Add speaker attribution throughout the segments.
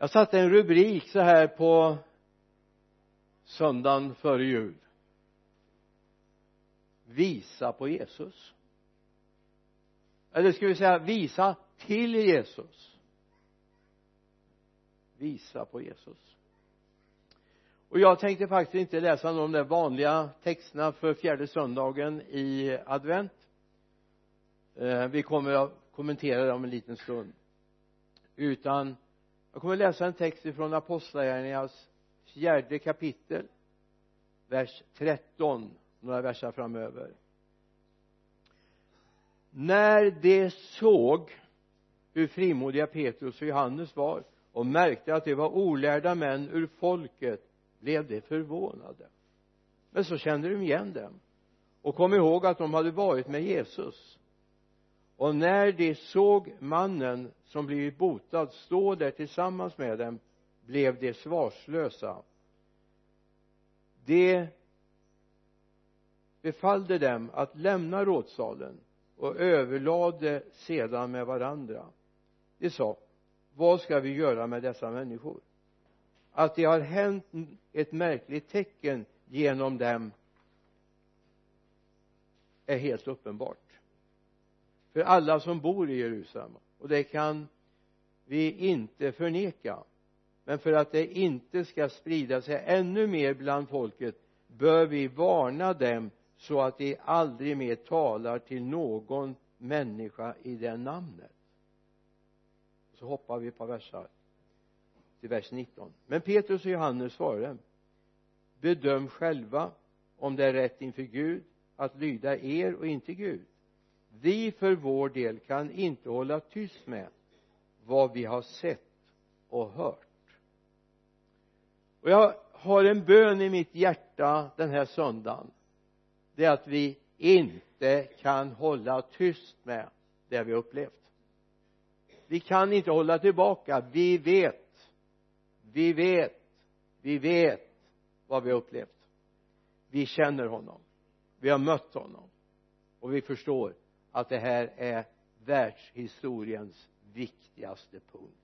Speaker 1: Jag satte en rubrik så här på söndagen före jul: visa på Jesus. Eller ska vi säga visa till Jesus. Visa på Jesus. Och jag tänkte faktiskt inte läsa de där vanliga texterna för fjärde söndagen i advent. Vi kommer att kommentera dem en liten stund. Utan jag kommer läsa en text från Apostlagärningarnas 4:e kapitel, vers 13, några verser framöver. När de såg hur frimodiga Petrus och Johannes var och märkte att de var olärda män ur folket, blev de förvånade. Men så kände de igen dem och kom ihåg att de hade varit med Jesus. Och när de såg mannen som blivit botad stå där tillsammans med dem, blev de svarslösa. De befallde dem att lämna rådsalen och överlade sedan med varandra. De sa: vad ska vi göra med dessa människor? Att det har hänt ett märkligt tecken genom dem är helt uppenbart för alla som bor i Jerusalem, och det kan vi inte förneka. Men för att det inte ska sprida sig ännu mer bland folket bör vi varna dem så att de aldrig mer talar till någon människa i det namnet. Så hoppar vi på versar till vers 19. Men Petrus och Johannes svarade: bedöm själva om det är rätt inför Gud att lyda er och inte Gud. Vi för vår del kan inte hålla tyst med vad vi har sett och hört. Och jag har en bön i mitt hjärta den här söndagen. Det är att vi inte kan hålla tyst med det vi upplevt. Vi kan inte hålla tillbaka. Vi vet vad vi har upplevt. Vi känner honom. Vi har mött honom. Och vi förstår att det här är världshistoriens viktigaste punkt.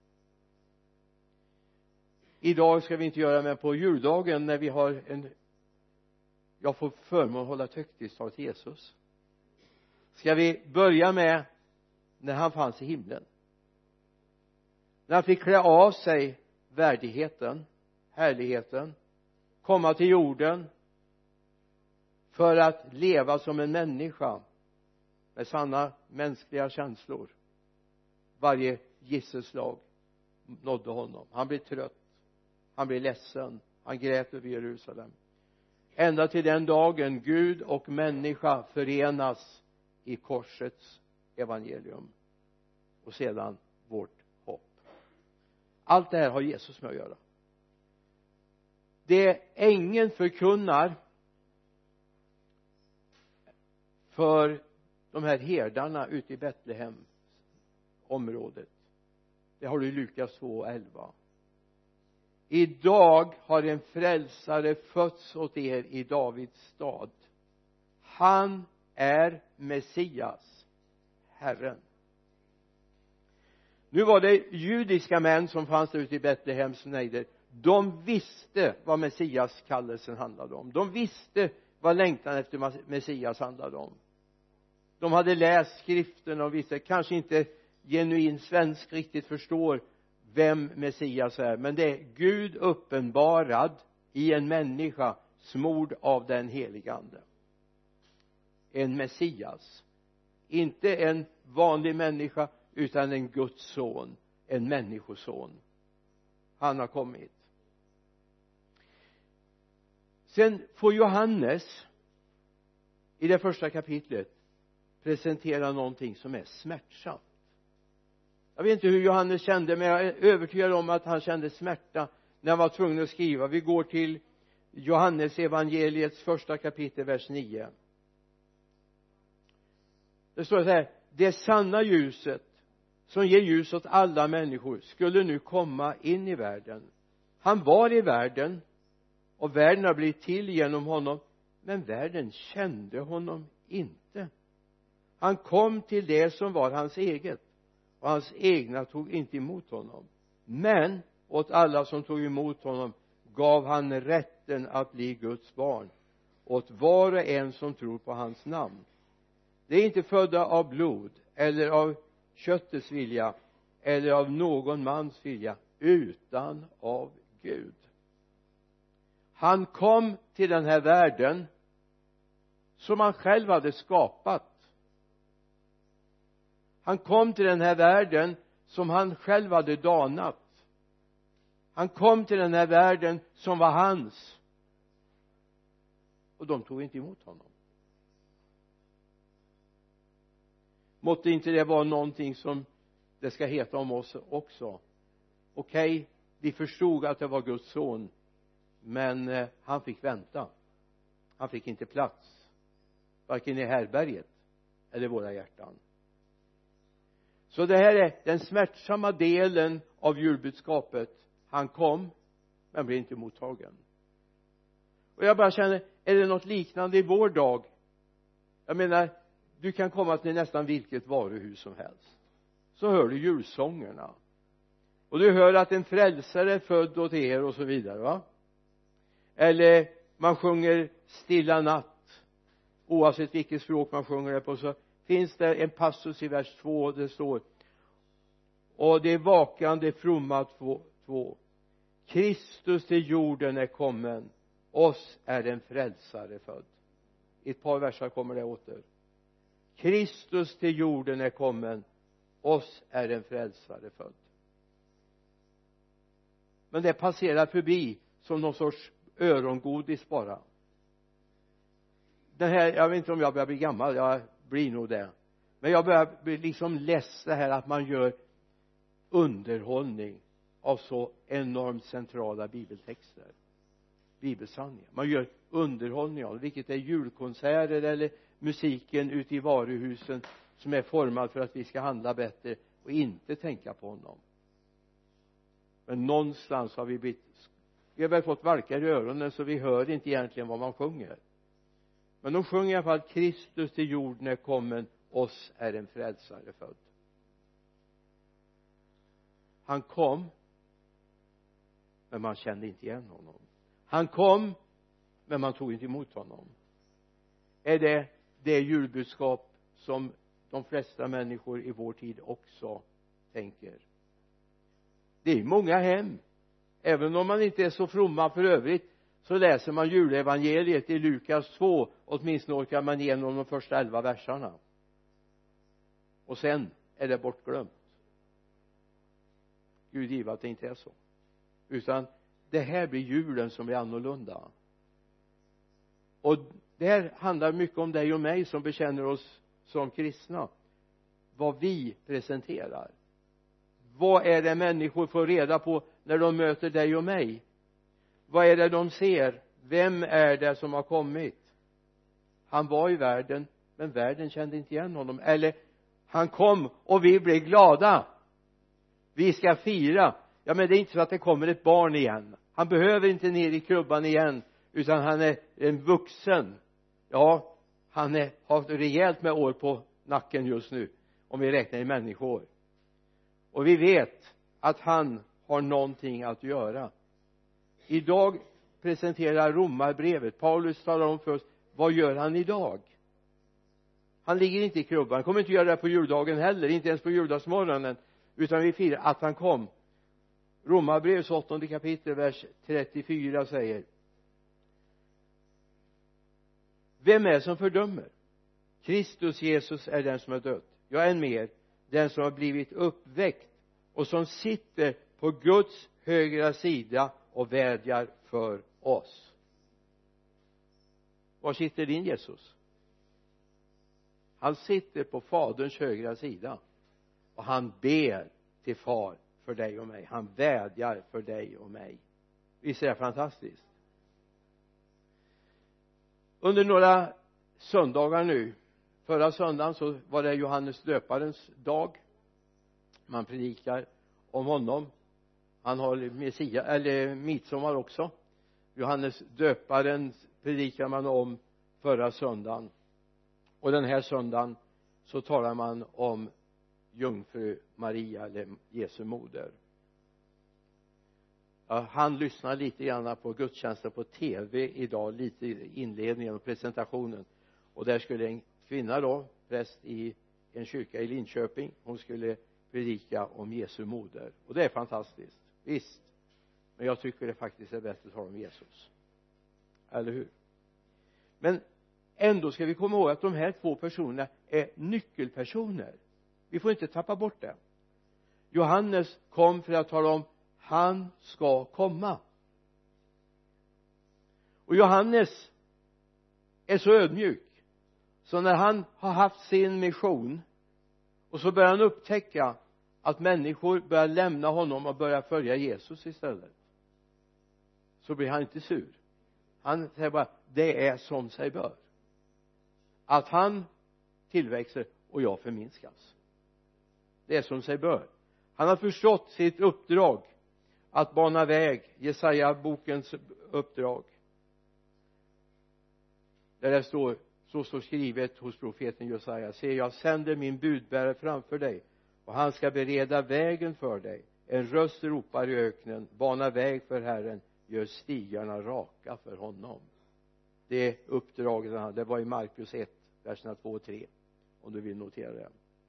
Speaker 1: Idag ska vi inte göra det på juldagen när vi har jag får förmån att hålla ett högtidstal till Jesus. Ska vi börja med när han fanns i himlen. När han fick klä av sig värdigheten, härligheten, komma till jorden för att leva som en människa med sanna mänskliga känslor. Varje gisselslag nådde honom. Han blev trött. Han blev ledsen. Han grät över Jerusalem. Ända till den dagen Gud och människa förenas i korsets evangelium. Och sedan vårt hopp. Allt det här har Jesus med att göra. Det ängeln förkunnar för de här herdarna ute i Betlehem området, det har du i Lukas 2:11. Idag har en frälsare fötts åt er i Davids stad. Han är Messias, Herren. Nu var det judiska män som fanns ute i Betlehems nejder. De visste vad Messias kallelsen handlade om. De visste vad längtan efter Messias handlade om. De hade läst skriften och visste, kanske inte genuin svensk riktigt förstår vem Messias är, men det är Gud uppenbarad i en människa, smord av den helige ande. En Messias, inte en vanlig människa utan en Guds son, en människoson. Han har kommit. Sen får Johannes i det första kapitlet presentera någonting som är smärtsamt. Jag vet inte hur Johannes kände, men jag är övertygad om att han kände smärta när han var tvungen att skriva. Vi går till Johannes evangeliets första kapitel, vers 9. Det står så här: det sanna ljuset som ger ljus åt alla människor skulle nu komma in i världen. Han var i världen och världen har blivit till genom honom, men världen kände honom inte. Han kom till det som var hans eget, och hans egna tog inte emot honom. Men åt alla som tog emot honom gav han rätten att bli Guds barn, åt var och en som tror på hans namn. Det är inte födda av blod eller av köttets vilja eller av någon mans vilja, utan av Gud. Han kom till den här världen som han själv hade skapat. Han kom till den här världen som han själv hade danat. Han kom till den här världen som var hans. Och de tog inte emot honom. Måtte inte det vara någonting som det ska heta om oss också. Okej, vi förstod att det var Guds son, men han fick vänta. Han fick inte plats, varken i härberget eller våra hjärtan. Så det här är den smärtsamma delen av julbudskapet. Han kom, men blev inte mottagen. Och jag bara känner, är det något liknande i vår dag? Jag menar, du kan komma till nästan vilket varuhus som helst, så hör du julsångerna, och du hör att en frälsare är född åt er och så vidare, va? Eller man sjunger Stilla natt, oavsett vilket språk man sjunger det på, så finns det en passus i vers 2, det står: och det vakande fromma 2, Kristus till jorden är kommen, oss är en frälsare född. I ett par verser kommer det åter. Kristus till jorden är kommen, oss är en frälsare född. Men det passerar förbi som någon sorts örongodis bara. Den här, jag vet inte om jag börjar bli gammal, jag blir nog det, men jag börjar bli liksom less det här att man gör underhållning av så enormt centrala bibeltexter, bibelsanningar. Man gör underhållning av det, vilket är julkonserter eller musiken ute i varuhusen som är formad för att vi ska handla bättre och inte tänka på honom. Men någonstans har vi har väl fått valkar i öronen, så vi hör inte egentligen vad man sjunger. Men de sjunger i alla fall: Kristus till jorden är kommen, oss är en frälsare född. Han kom, men man kände inte igen honom. Han kom, men man tog inte emot honom. Är det julbudskap som de flesta människor i vår tid också tänker? Det är många hem, även om man inte är så fromma för övrigt, så läser man julevangeliet i Lukas 2, åtminstone orkar man igenom de första 11 verserna, och sen är det bortglömt. Gud giv att det inte är så, utan det här blir julen som är annorlunda. Och det här handlar mycket om dig och mig som bekänner oss som kristna. Vad vi presenterar. Vad är det människor får reda på när de möter dig och mig? Vad är det de ser? Vem är det som har kommit? Han var i världen, men världen kände inte igen honom. Eller, han kom och vi blev glada. Vi ska fira. Ja, men det är inte så att det kommer ett barn igen. Han behöver inte ner i krubban igen, utan han är en vuxen. Ja, han har rejält med år på nacken just nu, om vi räknar i människor. Och vi vet att han har någonting att göra. Idag presenterar Romarbrevet, Paulus talar om för oss, vad gör han idag? Han ligger inte i krubban, han kommer inte göra det på juldagen heller, inte ens på juldagsmorgonen, utan vi firar att han kom. Romarbrevets 8:e kapitel, vers 34 säger: vem är som fördömer? Kristus Jesus är den som är död, ja, än mer, den som har blivit uppväckt och som sitter på Guds högra sida och vädjar för oss. Var sitter din Jesus? Han sitter på faderns högra sida, och han ber till far för dig och mig. Han vädjar för dig och mig. Visst är det fantastiskt? Under några söndagar nu, förra söndagen så var det Johannes döparens dag. Man predikar om honom. Han har Messia, eller midsommar också. Johannes döparen predikar man om förra söndagen, och den här söndagen så talar man om jungfru Maria, eller Jesu moder. Han lyssnar lite grann på gudstjänsten på tv idag, lite i inledningen och presentationen, och där skulle en kvinna då, präst i en kyrka i Linköping, hon skulle predika om Jesu moder, och det är fantastiskt, visst, men jag tycker det faktiskt är bättre att tala om Jesus, eller hur? Men ändå ska vi komma ihåg att de här två personerna är nyckelpersoner. Vi får inte tappa bort det. Johannes kom för att tala om han ska komma, och Johannes är så ödmjuk så när han har haft sin mission och så börjar han upptäcka att människor börjar lämna honom och börjar följa Jesus istället, så blir han inte sur. Han säger bara, det är som sig bör, att han tillväxer och jag förminskas. Det är som sig bör. Han har förstått sitt uppdrag att bana väg, Jesaja bokens uppdrag, där det står, så står skrivet hos profeten Jesaja: se, jag sänder min budbärare framför dig, och han ska bereda vägen för dig. En röst ropar i öknen, bana väg för Herren, gör stigarna raka för honom. Det uppdraget, det var i Markus 1, verserna 2 och 3, om du vill notera det.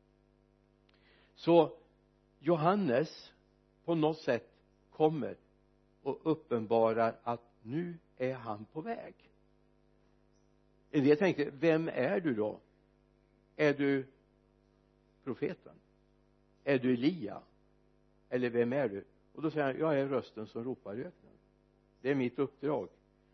Speaker 1: Så Johannes på något sätt kommer och uppenbarar att nu är han på väg. En del tänkte, vem är du då? Är du profeten? Är du Elia? Eller vem är du? Och då säger han, jag är rösten som ropar i öknen. Det är mitt uppdrag.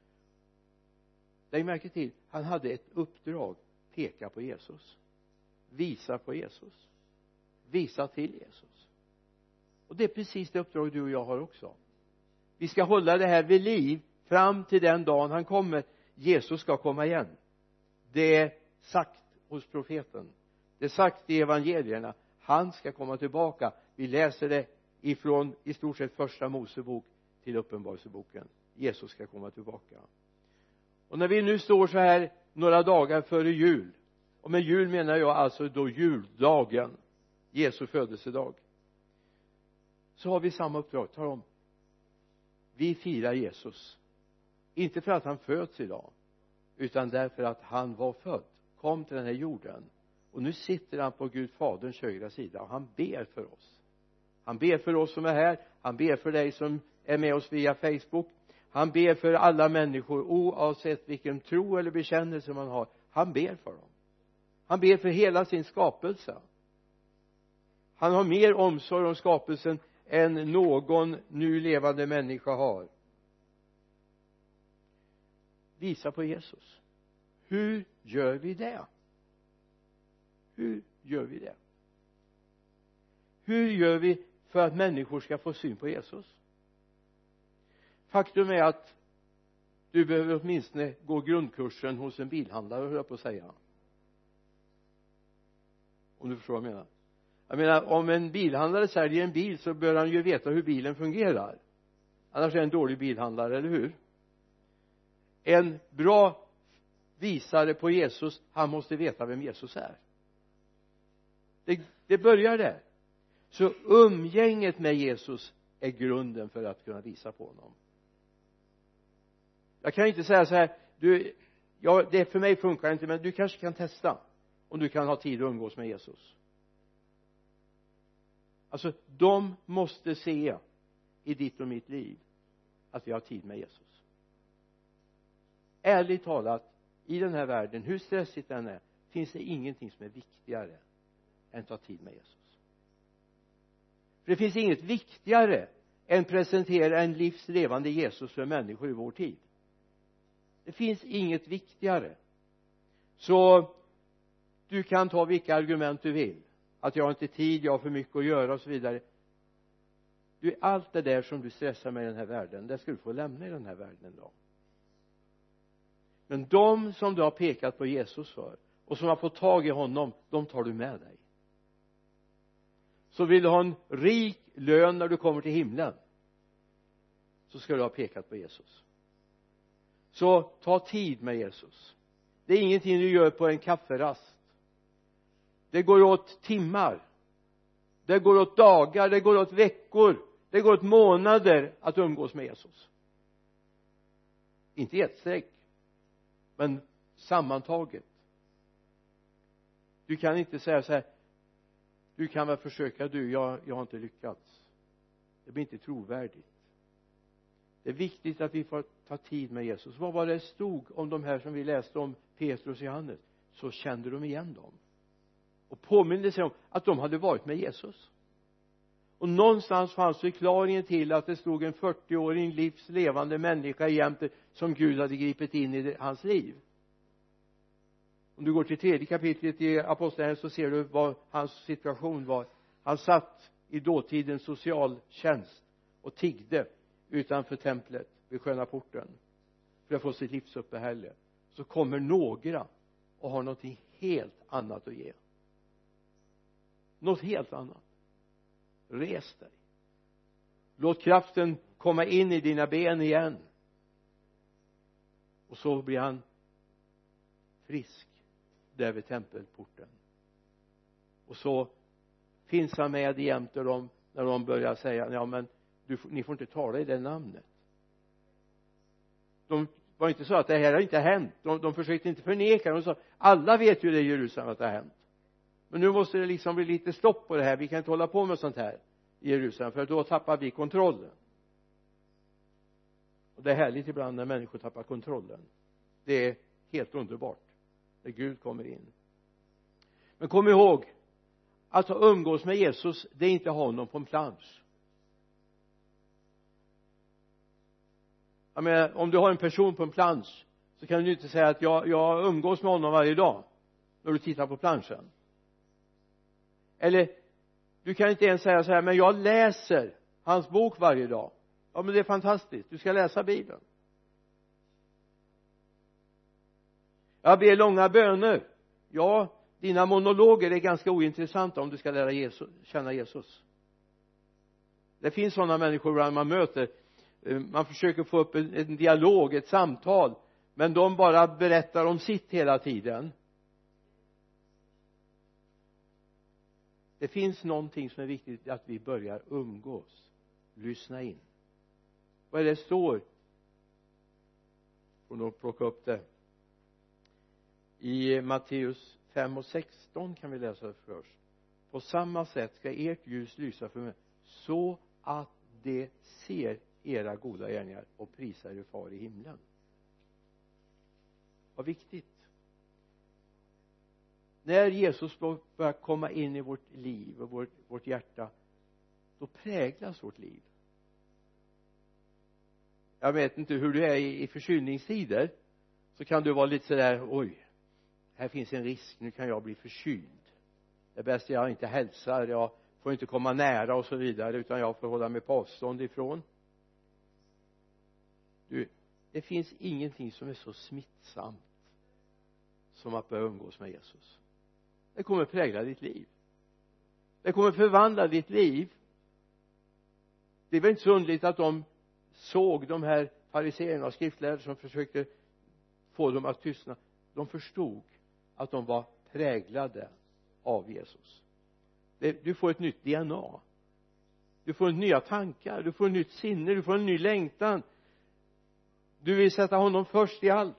Speaker 1: Lägg märke till, han hade ett uppdrag: peka på Jesus, visa på Jesus, visa till Jesus. Och det är precis det uppdrag du och jag har också. Vi ska hålla det här vid liv fram till den dagen han kommer. Jesus ska komma igen. Det är sagt hos profeten, det är sagt i evangelierna, han ska komma tillbaka. Vi läser det ifrån i stort sett första Mosebok till Uppenbarelseboken. Jesus ska komma tillbaka. Och när vi nu står så här några dagar före jul, och med jul menar jag alltså då juldagen, Jesu födelsedag, så har vi samma uppdrag. Tar om, vi firar Jesus, inte för att han föds idag, utan därför att han var född, kom till den här jorden, och nu sitter han på Gud faderns högra sida, och han ber för oss. Han ber för oss som är här, han ber för dig som är med oss via Facebook, han ber för alla människor oavsett vilken tro eller bekännelse man har. Han ber för dem, han ber för hela sin skapelse. Han har mer omsorg om skapelsen än någon nu levande människa har. Visa på Jesus. Hur gör vi det? Hur gör vi det? Hur gör vi för att människor ska få syn på Jesus? Faktum är att du behöver åtminstone gå grundkursen hos en bilhandlare, höll jag på att säga. Om du förstår vad jag menar, om en bilhandlare säljer en bil så bör han ju veta hur bilen fungerar. Annars är det en dålig bilhandlare, eller hur? En bra visare på Jesus, han måste veta vem Jesus är. Det börjar där. Så umgänget med Jesus är grunden för att kunna visa på honom. Jag kan inte säga så här, det för mig funkar inte, men du kanske kan testa om du kan ha tid att umgås med Jesus. Alltså, de måste se i ditt och mitt liv att vi har tid med Jesus. Ärligt talat, i den här världen, hur stressigt den är, finns det ingenting som är viktigare än att ta tid med Jesus. För det finns inget viktigare än presentera en livslevande Jesus för människor i vår tid. Det finns inget viktigare. Så du kan ta vilka argument du vill, att jag har inte tid, jag har för mycket att göra och så vidare. Allt det där som du stressar med i den här världen, det ska du få lämna i den här världen en dag. Men de som du har pekat på Jesus för och som har fått tag i honom, de tar du med dig. Så vill du ha en rik lön när du kommer till himlen, så ska du ha pekat på Jesus. Så ta tid med Jesus. Det är ingenting du gör på en kafferast. Det går åt timmar, det går åt dagar, det går åt veckor, det går ett månader att umgås med Jesus, inte i ett streck men sammantaget. Du kan inte säga så här, du kan väl försöka jag har inte lyckats. Det blir inte trovärdigt. Det är viktigt att vi får ta tid med Jesus. Vad var det stod om de här som vi läste om, Petrus och Johannes? Så kände de igen dem och påminde sig om att de hade varit med Jesus. Och någonstans fanns förklaringen till att det stod en 40-årig livslevande människa jämte som Gud hade gripit in i hans liv. Om du går till 3:e kapitlet i Apostlagärningarna så ser du vad hans situation var. Han satt i dåtidens socialtjänst och tiggde utanför templet vid sköna porten för att få sitt livsuppehälle. Så kommer några och har något helt annat att ge. Något helt annat. Res dig. Låt kraften komma in i dina ben igen. Och så blir han frisk där vid tempelporten. Och så finns han med jämte dem när de börjar säga, ja men ni får inte tala i det namnet. De var inte så att det här har inte hänt. De försökte inte förneka. De sa, alla vet ju det i Jerusalem att det har hänt. Men nu måste det liksom bli lite stopp på det här. Vi kan inte hålla på med sånt här i Jerusalem, för då tappar vi kontrollen. Och det är härligt ibland när människor tappar kontrollen. Det är helt underbart när Gud kommer in. Men kom ihåg att umgås med Jesus, det är inte ha honom på en plansch. Jag menar, om du har en person på en plansch så kan du inte säga att jag umgås med honom varje dag när du tittar på planschen. Eller du kan inte ens säga så här, men jag läser hans bok varje dag. Ja, men det är fantastiskt, du ska läsa Bibeln. Jag ber långa böner. Ja, dina monologer är ganska ointressanta om du ska lära känna Jesus. Det finns sådana människor bland man möter. Man försöker få upp en dialog, ett samtal, men de bara berättar om sitt hela tiden. Det finns någonting som är viktigt, att vi börjar umgås, lyssna in. Vad är det står? Får nog plocka upp det. I Matteus 5:16 kan vi läsa det först. På samma sätt ska ert ljus lysa för mig, så att det ser era goda gärningar och prisar er far i himlen. Vad viktigt. När Jesus börjar komma in i vårt liv och vårt hjärta, då präglas vårt liv. Jag vet inte hur du är i förkylningstider, så kan du vara lite sådär, oj, här finns en risk, nu kan jag bli förkyld. Det är bäst jag inte hälsar, jag får inte komma nära och så vidare, utan jag får hålla mig på avstånd ifrån. Det finns ingenting som är så smittsamt som att börja umgås med Jesus. Det kommer prägla ditt liv. Det kommer förvandla ditt liv. Det är väl inte så underligt att de såg de här fariseerna och skriftlärare som försökte få dem att tystna. De förstod att de var präglade av Jesus. Du får ett nytt DNA. Du får nya tankar. Du får ett nytt sinne. Du får en ny längtan. Du vill sätta honom först i allt.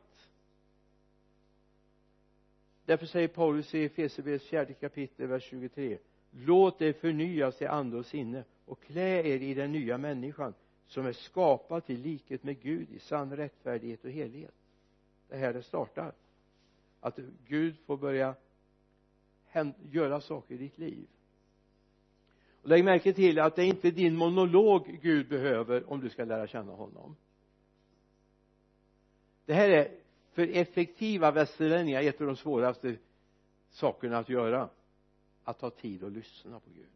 Speaker 1: Därför säger Paulus i Efesierbrevets 4:e kapitel, vers 23. Låt er förnyas i ande och sinne och klä er i den nya människan som är skapad till likhet med Gud i sann rättfärdighet och helhet. Det här det startar. Att Gud får börja göra saker i ditt liv. Och lägg märke till att det är inte din monolog Gud behöver om du ska lära känna honom. Det här är för effektiva västerlänningar ett av de svåraste sakerna att göra. Att ta tid och lyssna på Gud.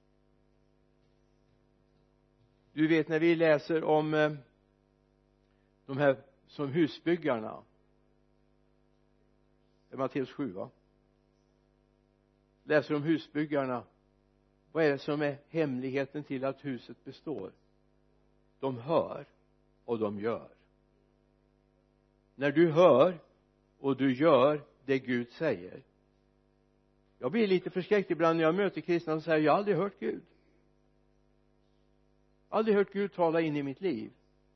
Speaker 1: Du vet, när vi läser om de här som husbyggarna, det är Matteus 7, va? Läser om husbyggarna. Vad är det som är hemligheten till att huset består? De hör och de gör. När du hör och du gör det Gud säger. Jag blir lite förskräckt ibland när jag möter kristna som säger, jag har aldrig hört Gud. Jag har aldrig hört Gud tala in i mitt liv.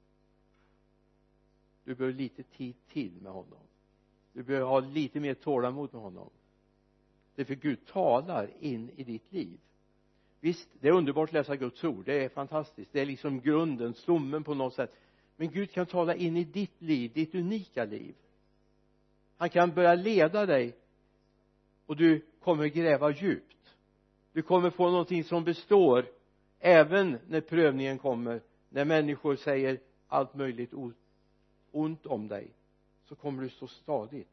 Speaker 1: Du behöver lite tid till med honom. Du behöver ha lite mer tålamod med honom. Därför Gud talar in i ditt liv. Visst, det är underbart att läsa Guds ord. Det är fantastiskt. Det är liksom grunden, stommen på något sätt. Men Gud kan tala in i ditt liv, ditt unika liv. Han kan börja leda dig. Och du kommer gräva djupt. Du kommer få någonting som består. Även när prövningen kommer. När människor säger allt möjligt ont om dig. Så kommer du stå stadigt.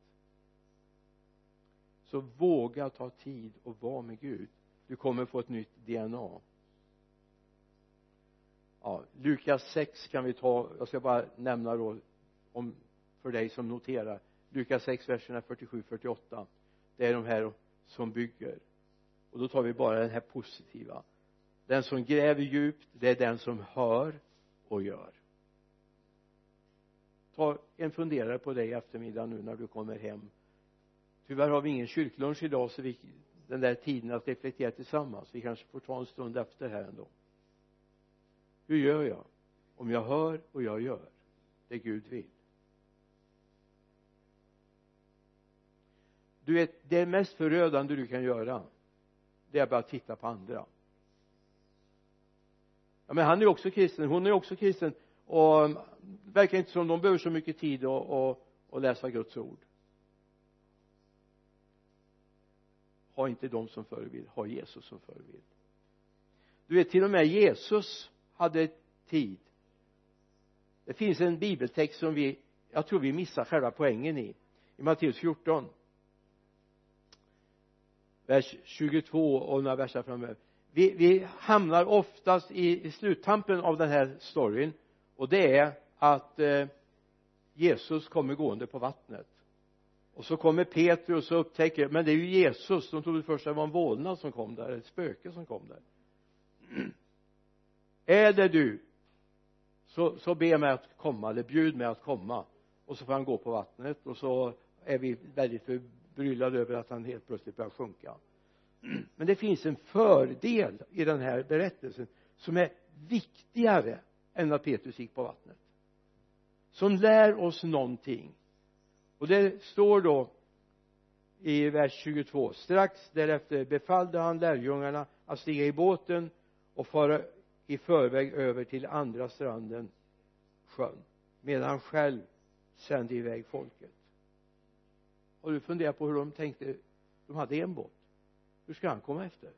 Speaker 1: Så våga ta tid och vara med Gud. Du kommer få ett nytt DNA. Ja, Lukas 6 kan vi ta. Jag ska bara nämna då för dig som noterar. Lukas 6 verserna 47-48. Det är de här som bygger. Och då tar vi bara den här positiva. Den som gräver djupt, det är den som hör och gör. Ta en funderare på det i eftermiddag nu när du kommer hem. Tyvärr har vi ingen kyrklunch idag, så den där tiden att reflektera tillsammans. Vi kanske får ta en stund efter här ändå. Hur gör jag? Om jag hör och jag gör det Gud vill. Du vet, det mest förödande du kan göra, det är bara att titta på andra. Ja, men han är också kristen, hon är också kristen. Och verkar inte som de behöver så mycket tid att läsa Guds ord. Ha inte dem som förebild, ha Jesus som förebild. Du vet, till och med Jesus hade tid. Det finns en bibeltext som jag tror vi missar själva poängen i Matteus 14 vers 22 och några verser framöver. Vi hamnar oftast i sluttampen av den här storyn, och det är att Jesus kommer gående på vattnet. Och så kommer Petrus och upptäcker, men det är ju Jesus. De trodde först att det var en vålnad som kom där, ett spöke som kom där. Är det du, så be mig att komma, eller bjud mig att komma. Och så får han gå på vattnet, och så är vi väldigt förbryllade över att han helt plötsligt börjar sjunka. Men det finns en fördel i den här berättelsen som är viktigare än att Petrus gick på vattnet, som lär oss någonting. Och det står då i vers 22: strax därefter befallde han lärjungarna att stiga i båten och fara i förväg över till andra stranden, sjön, medan han själv sände iväg folket. Har du funderat på hur de tänkte? De hade en båt. Hur ska han komma efter?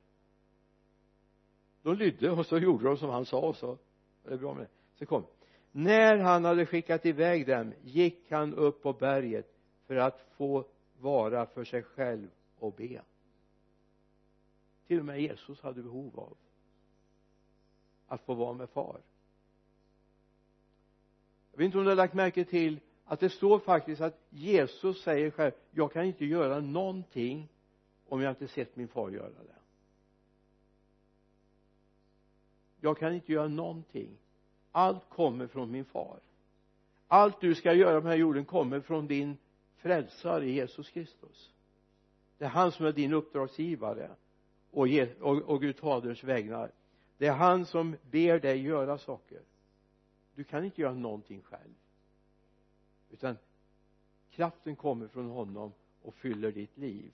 Speaker 1: De lydde, och så gjorde de som han sa, och så är det bra med det. Så kom. När han hade skickat iväg dem gick han upp på berget för att få vara för sig själv och be. Till och med Jesus hade behov av att få vara med far. Jag vet inte om du har lagt märke till att det står faktiskt att Jesus säger själv: jag kan inte göra någonting om jag inte sett min far göra det. Jag kan inte göra någonting. Allt kommer från min far. Allt du ska göra på den här jorden kommer från din frälsare Jesus Kristus. Det är han som är din uppdragsgivare och Gud Faderns vägnar. Det är han som ber dig göra saker. Du kan inte göra någonting själv, utan kraften kommer från honom och fyller ditt liv.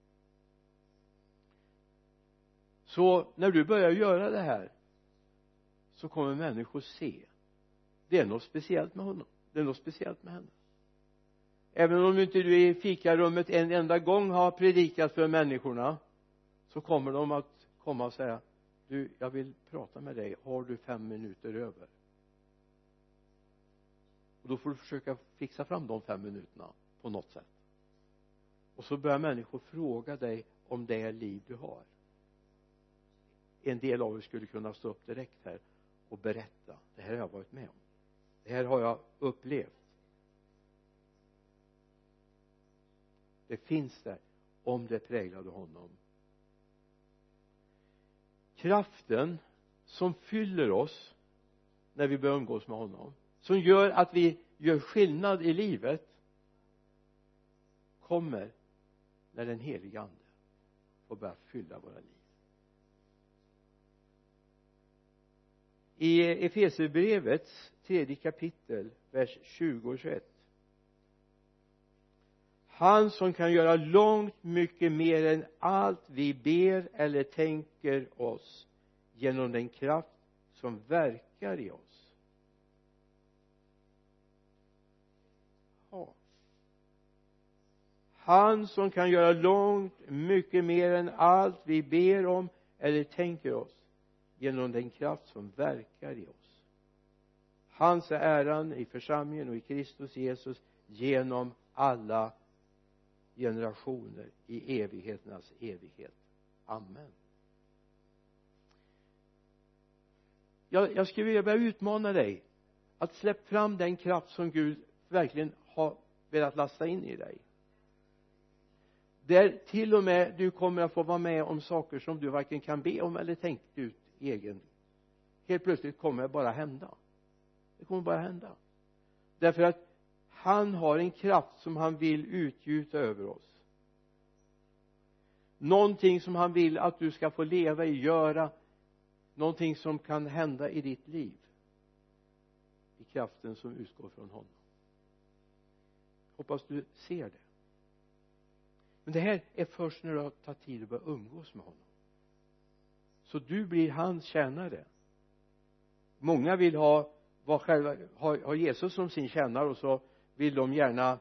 Speaker 1: Så när du börjar göra det här, så kommer människor se. Det är något speciellt med honom. Det är något speciellt med henne. Även om inte du i fikarummet en enda gång har predikat för människorna, så kommer de att komma och säga: du, jag vill prata med dig. Har du 5 minuter över? Och då får du försöka fixa fram de 5 minuterna på något sätt. Och så börjar människor fråga dig om det liv du har. En del av er skulle kunna stå upp direkt här och berätta: det här har jag varit med om. Det här har jag upplevt. Det finns där om det präglade honom. Kraften som fyller oss när vi börjar umgås med honom, som gör att vi gör skillnad i livet, kommer när den heliga ande får börja fylla våra liv. i Efesierbrevets 3:e kapitel vers 20 och 21. Han som kan göra långt mycket mer än allt vi ber eller tänker oss genom den kraft som verkar i oss. Ja. Han som kan göra långt mycket mer än allt vi ber om eller tänker oss genom den kraft som verkar i oss. Hans är äran i församlingen och i Kristus Jesus genom alla generationer i evigheternas evighet. Amen. Jag skulle vilja börja utmana dig att släppa fram den kraft som Gud verkligen har velat lasta in i dig. Där till och med du kommer att få vara med om saker som du varken kan be om eller tänka ut egen. Helt plötsligt kommer det bara hända. Det kommer bara hända. Därför att han har en kraft som han vill utgjuta över oss. Någonting som han vill att du ska få leva i, göra. Någonting som kan hända i ditt liv. I kraften som utgår från honom. Hoppas du ser det. Men det här är först när du har tagit tid att börja umgås med honom. Så du blir hans tjänare. Många vill ha Jesus som sin tjänare, och så vill de gärna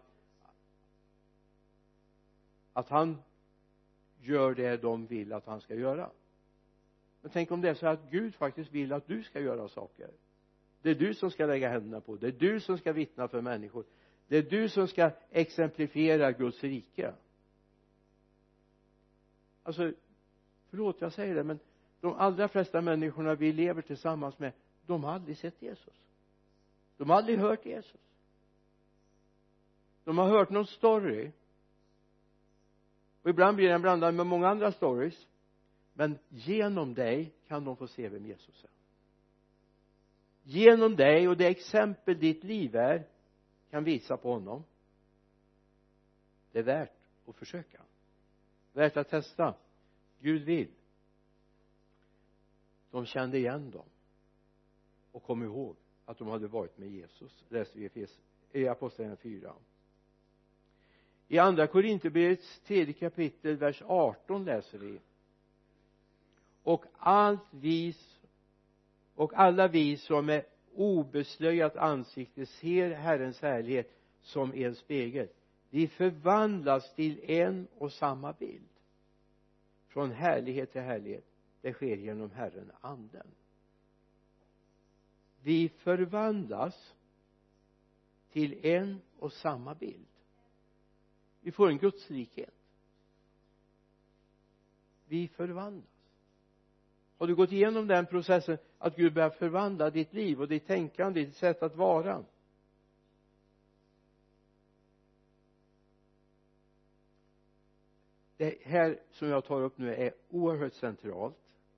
Speaker 1: att han gör det de vill att han ska göra. Men tänk om det är så att Gud faktiskt vill att du ska göra saker. Det är du som ska lägga händerna på. Det är du som ska vittna för människor. Det är du som ska exemplifiera Guds rike. Alltså, förlåt jag säger det, men de allra flesta människorna vi lever tillsammans med, de har aldrig sett Jesus. De har aldrig hört Jesus. De har hört någon story. Och ibland blir den blandad med många andra stories. Men genom dig kan de få se vem Jesus är. Genom dig och det exempel ditt liv är, kan visa på honom. Det är värt att försöka. Värt att testa. Gud vill. De kände igen dem. Och kom ihåg att de hade varit med Jesus. Läser vi i Apostlagärningarna 4. I andra Korinthierbrevets 3:e kapitel vers 18 läser vi: och alla vi som med obeslöjat ansikte ser Herrens härlighet som en spegel, vi förvandlas till en och samma bild från härlighet till härlighet. Det sker genom Herren anden. Vi förvandlas till en och samma bild. Vi får en gudslikhet. Vi förvandlas. Har du gått igenom den processen att Gud börjar förvandla ditt liv och ditt tänkande, ditt sätt att vara? Det här som jag tar upp nu är oerhört centralt.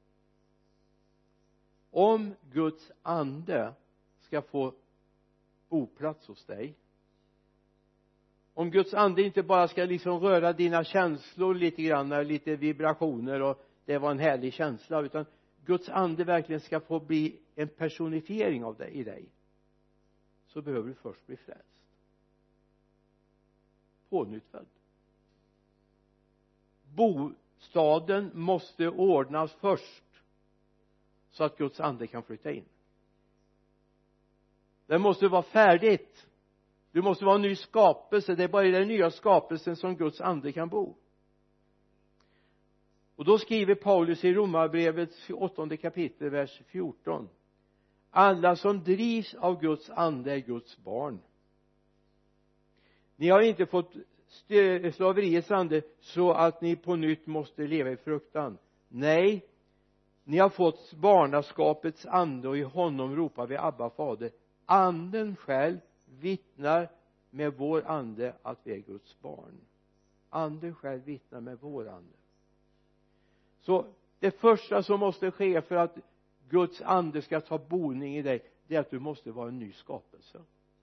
Speaker 1: Om Guds ande ska få boplats hos dig, om Guds ande inte bara ska liksom röra dina känslor lite grann, lite vibrationer och det var en härlig känsla, utan Guds ande verkligen ska få bli en personifiering av det i dig, så behöver du först bli frälst. Pånyttfödd. Bostaden måste ordnas först så att Guds ande kan flytta in. Det måste vara färdigt. Du måste vara en ny skapelse. Det är bara i den nya skapelsen som Guds ande kan bo. Och då skriver Paulus i Romarbrevets 8:e kapitel vers 14: alla som drivs av Guds ande är Guds barn. Ni har inte fått slaveriets ande så att ni på nytt måste leva i fruktan. Nej, ni har fått barnaskapets ande, och i honom ropar vi Abba, fader. Anden själv vittnar med vår ande att vi är Guds barn. Anden själv vittnar med vår ande. Så det första som måste ske för att Guds ande ska ta boning i dig, det är att du måste vara en ny skapelse.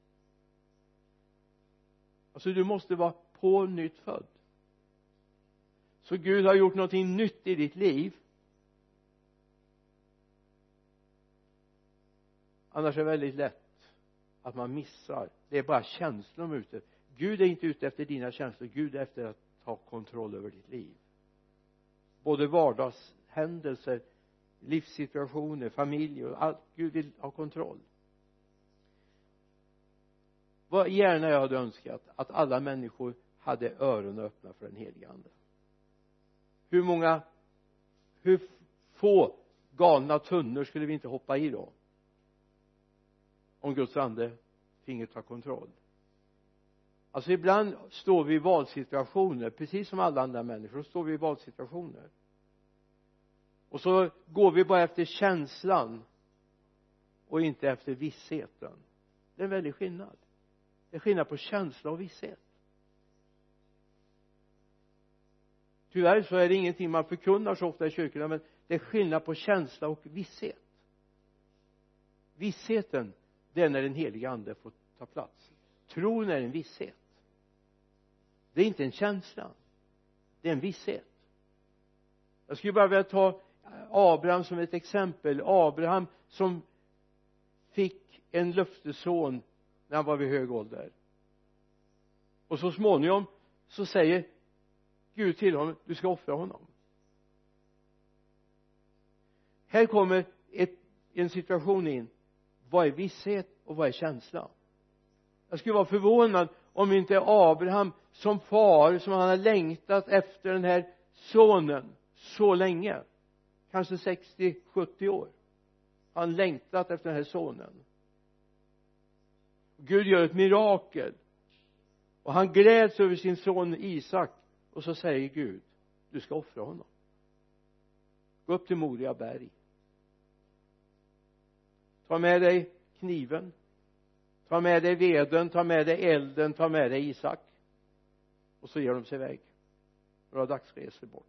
Speaker 1: Alltså du måste vara på nytt född. Så Gud har gjort någonting nytt i ditt liv. annars är det väldigt lätt att man missar. Det är bara känslor de är ute. Gud är inte ute efter dina känslor. Gud är efter att ta kontroll över ditt liv. Både vardagshändelser, livssituationer, familj och allt. Gud vill ha kontroll. Vad gärna jag hade önskat att alla människor hade öronen öppna för den heliga ande. Hur få galna tunnor skulle vi inte hoppa i då? Om Guds ande finge ta kontroll. Alltså ibland står vi i valsituationer, precis som alla andra människor står vi i valsituationer. Och så går vi bara efter känslan och inte efter vissheten. Det är en väldig skillnad. Det är skillnad på känsla och visshet. Tyvärr så är det ingenting man förkunnar så ofta i kyrkorna, men det är skillnad på känsla och visshet. Vissheten, det är när den heliga ande får ta plats. Tron är en visshet. Det är inte en känsla. Det är en visshet. Jag skulle bara vilja ta Abraham som ett exempel. Abraham som fick en löftesson när han var vid hög ålder. Och så småningom så säger Gud till honom, du ska offra honom. Här kommer en situation in. Vad är visshet och vad är känsla? Jag skulle vara förvånad om inte Abraham som far, som han har längtat efter den här sonen så länge, kanske 60-70 år, han längtat efter den här sonen. Gud gör ett mirakel och han gläds över sin son Isak, och så säger Gud, du ska offra honom. Gå upp till Moria berg, ta med dig kniven, ta med dig veden, ta med dig elden, ta med dig Isak. Och så ger de sig iväg några dagsresor bort.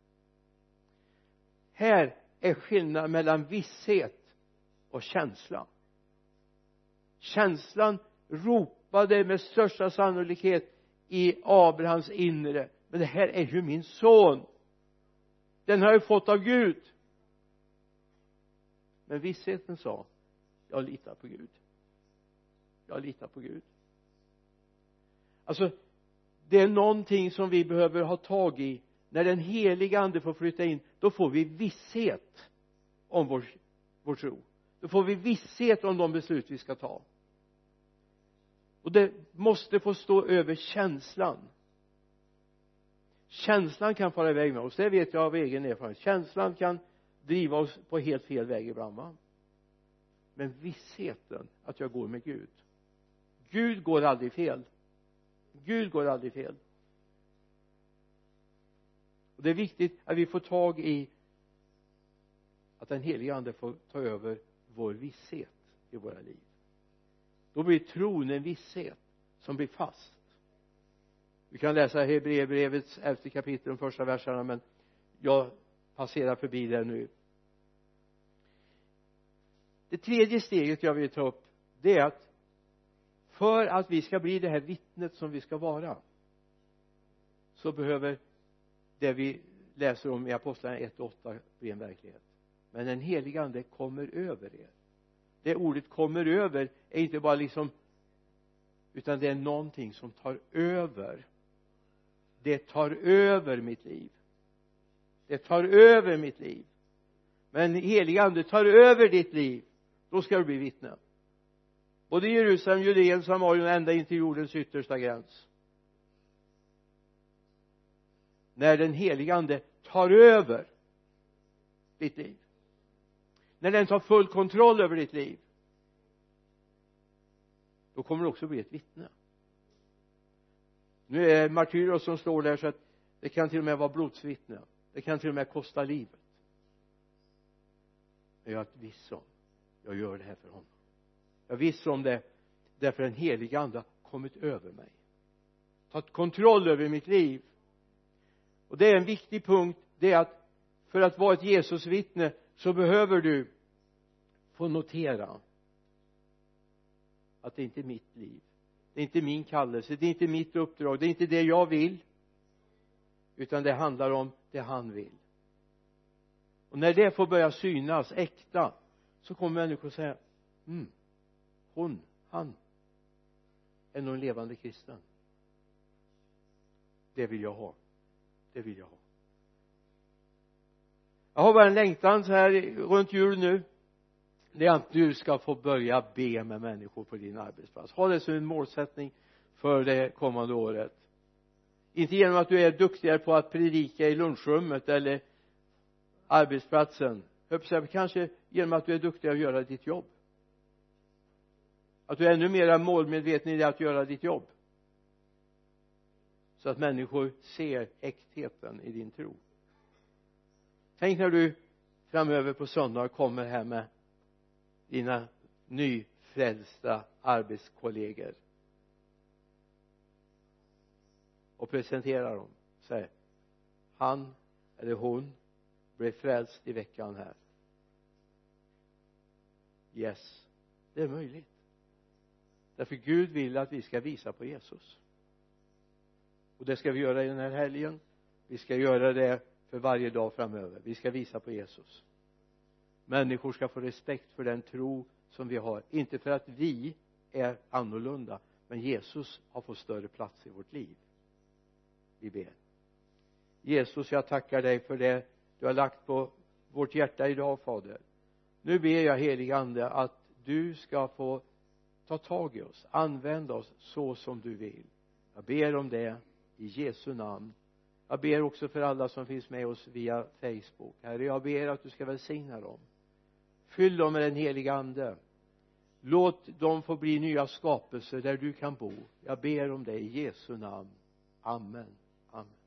Speaker 1: Här är skillnaden mellan visshet och känsla. Känslan ropade med största sannolikhet i Abrahams inre, men det här är ju min son, den har jag fått av Gud. Men vissheten sa, jag litar på Gud. Jag litar på Gud. Alltså det är någonting som vi behöver ha tag i. När den heliga ande får flytta in, då får vi visshet om vår tro. Då får vi visshet om de beslut vi ska ta. Och det måste få stå över känslan. Känslan kan fara iväg med oss, det vet jag av egen erfarenhet. Känslan kan driva oss på helt fel väg ibland, va? Men vissheten att jag går med Gud. Gud går aldrig fel. Gud går aldrig fel. Och det är viktigt att vi får tag i att den heliga ande får ta över vår visshet i våra liv. Då blir tron en visshet som blir fast. Vi kan läsa Hebreerbrevets 11 kapitel, de första verserna, men jag passerar förbi det nu. Det tredje steget jag vill ta upp, det är att för att vi ska bli det här vittnet som vi ska vara, så behöver det vi läser om i Apostlagärningarna 1:8 bli en verklighet. Men den heliga ande kommer över er. Det ordet kommer över är inte bara liksom, utan det är någonting som tar över. Det tar över mitt liv. Det tar över mitt liv. Men heliga ande tar över ditt liv, då ska du bli vittne. Både Jerusalem, Judeen, Samarien, ända in till jordens yttersta gräns. När den heliga ande tar över ditt liv, när den tar full kontroll över ditt liv, då kommer det också bli ett vittne. Nu är martyrer som står där, så att det kan till och med vara blodsvittne. Det kan till och med kosta livet. Men jag är viss om, jag gör det här för honom. Jag är viss om det därför den heliga ande har kommit över mig, tagit kontroll över mitt liv. Och det är en viktig punkt, det är att för att vara ett Jesusvittne så behöver du få notera att det inte är mitt liv, det är inte min kallelse, det är inte mitt uppdrag, det är inte det jag vill, utan det handlar om det han vill. Och när det får börja synas äkta, så kommer människor säga, han är någon levande kristen. Det vill jag ha. Det vill jag ha. Jag har bara en längtan så här runt jul nu. Det är att du ska få börja be med människor på din arbetsplats. Ha det som en målsättning för det kommande året. Inte genom att du är duktigare på att predika i lunchrummet eller arbetsplatsen. Kanske genom att du är duktig att göra ditt jobb. Att du är ännu mer målmedveten i det att göra ditt jobb. Så att människor ser äktheten i din tro. Tänk när du framöver på söndag kommer här med dina nyfrälsta arbetskollegor och presenterar dem. Säg, han eller hon blev frälst i veckan här. Yes, det är möjligt. Därför Gud vill att vi ska visa på Jesus. Och det ska vi göra i den här helgen. Vi ska göra det för varje dag framöver. Vi ska visa på Jesus. Människor ska få respekt för den tro som vi har. Inte för att vi är annorlunda, men Jesus har fått större plats i vårt liv. Vi ber. Jesus, jag tackar dig för det du har lagt på vårt hjärta idag, Fader. Nu ber jag, helige Ande, att du ska få ta tag i oss, använda oss så som du vill. Jag ber om det i Jesu namn. Jag ber också för alla som finns med oss via Facebook. Herre, jag ber att du ska välsigna dem. Fyll dem med den heliga Ande. Låt dem få bli nya skapelser där du kan bo. Jag ber om det i Jesu namn. Amen. Amen.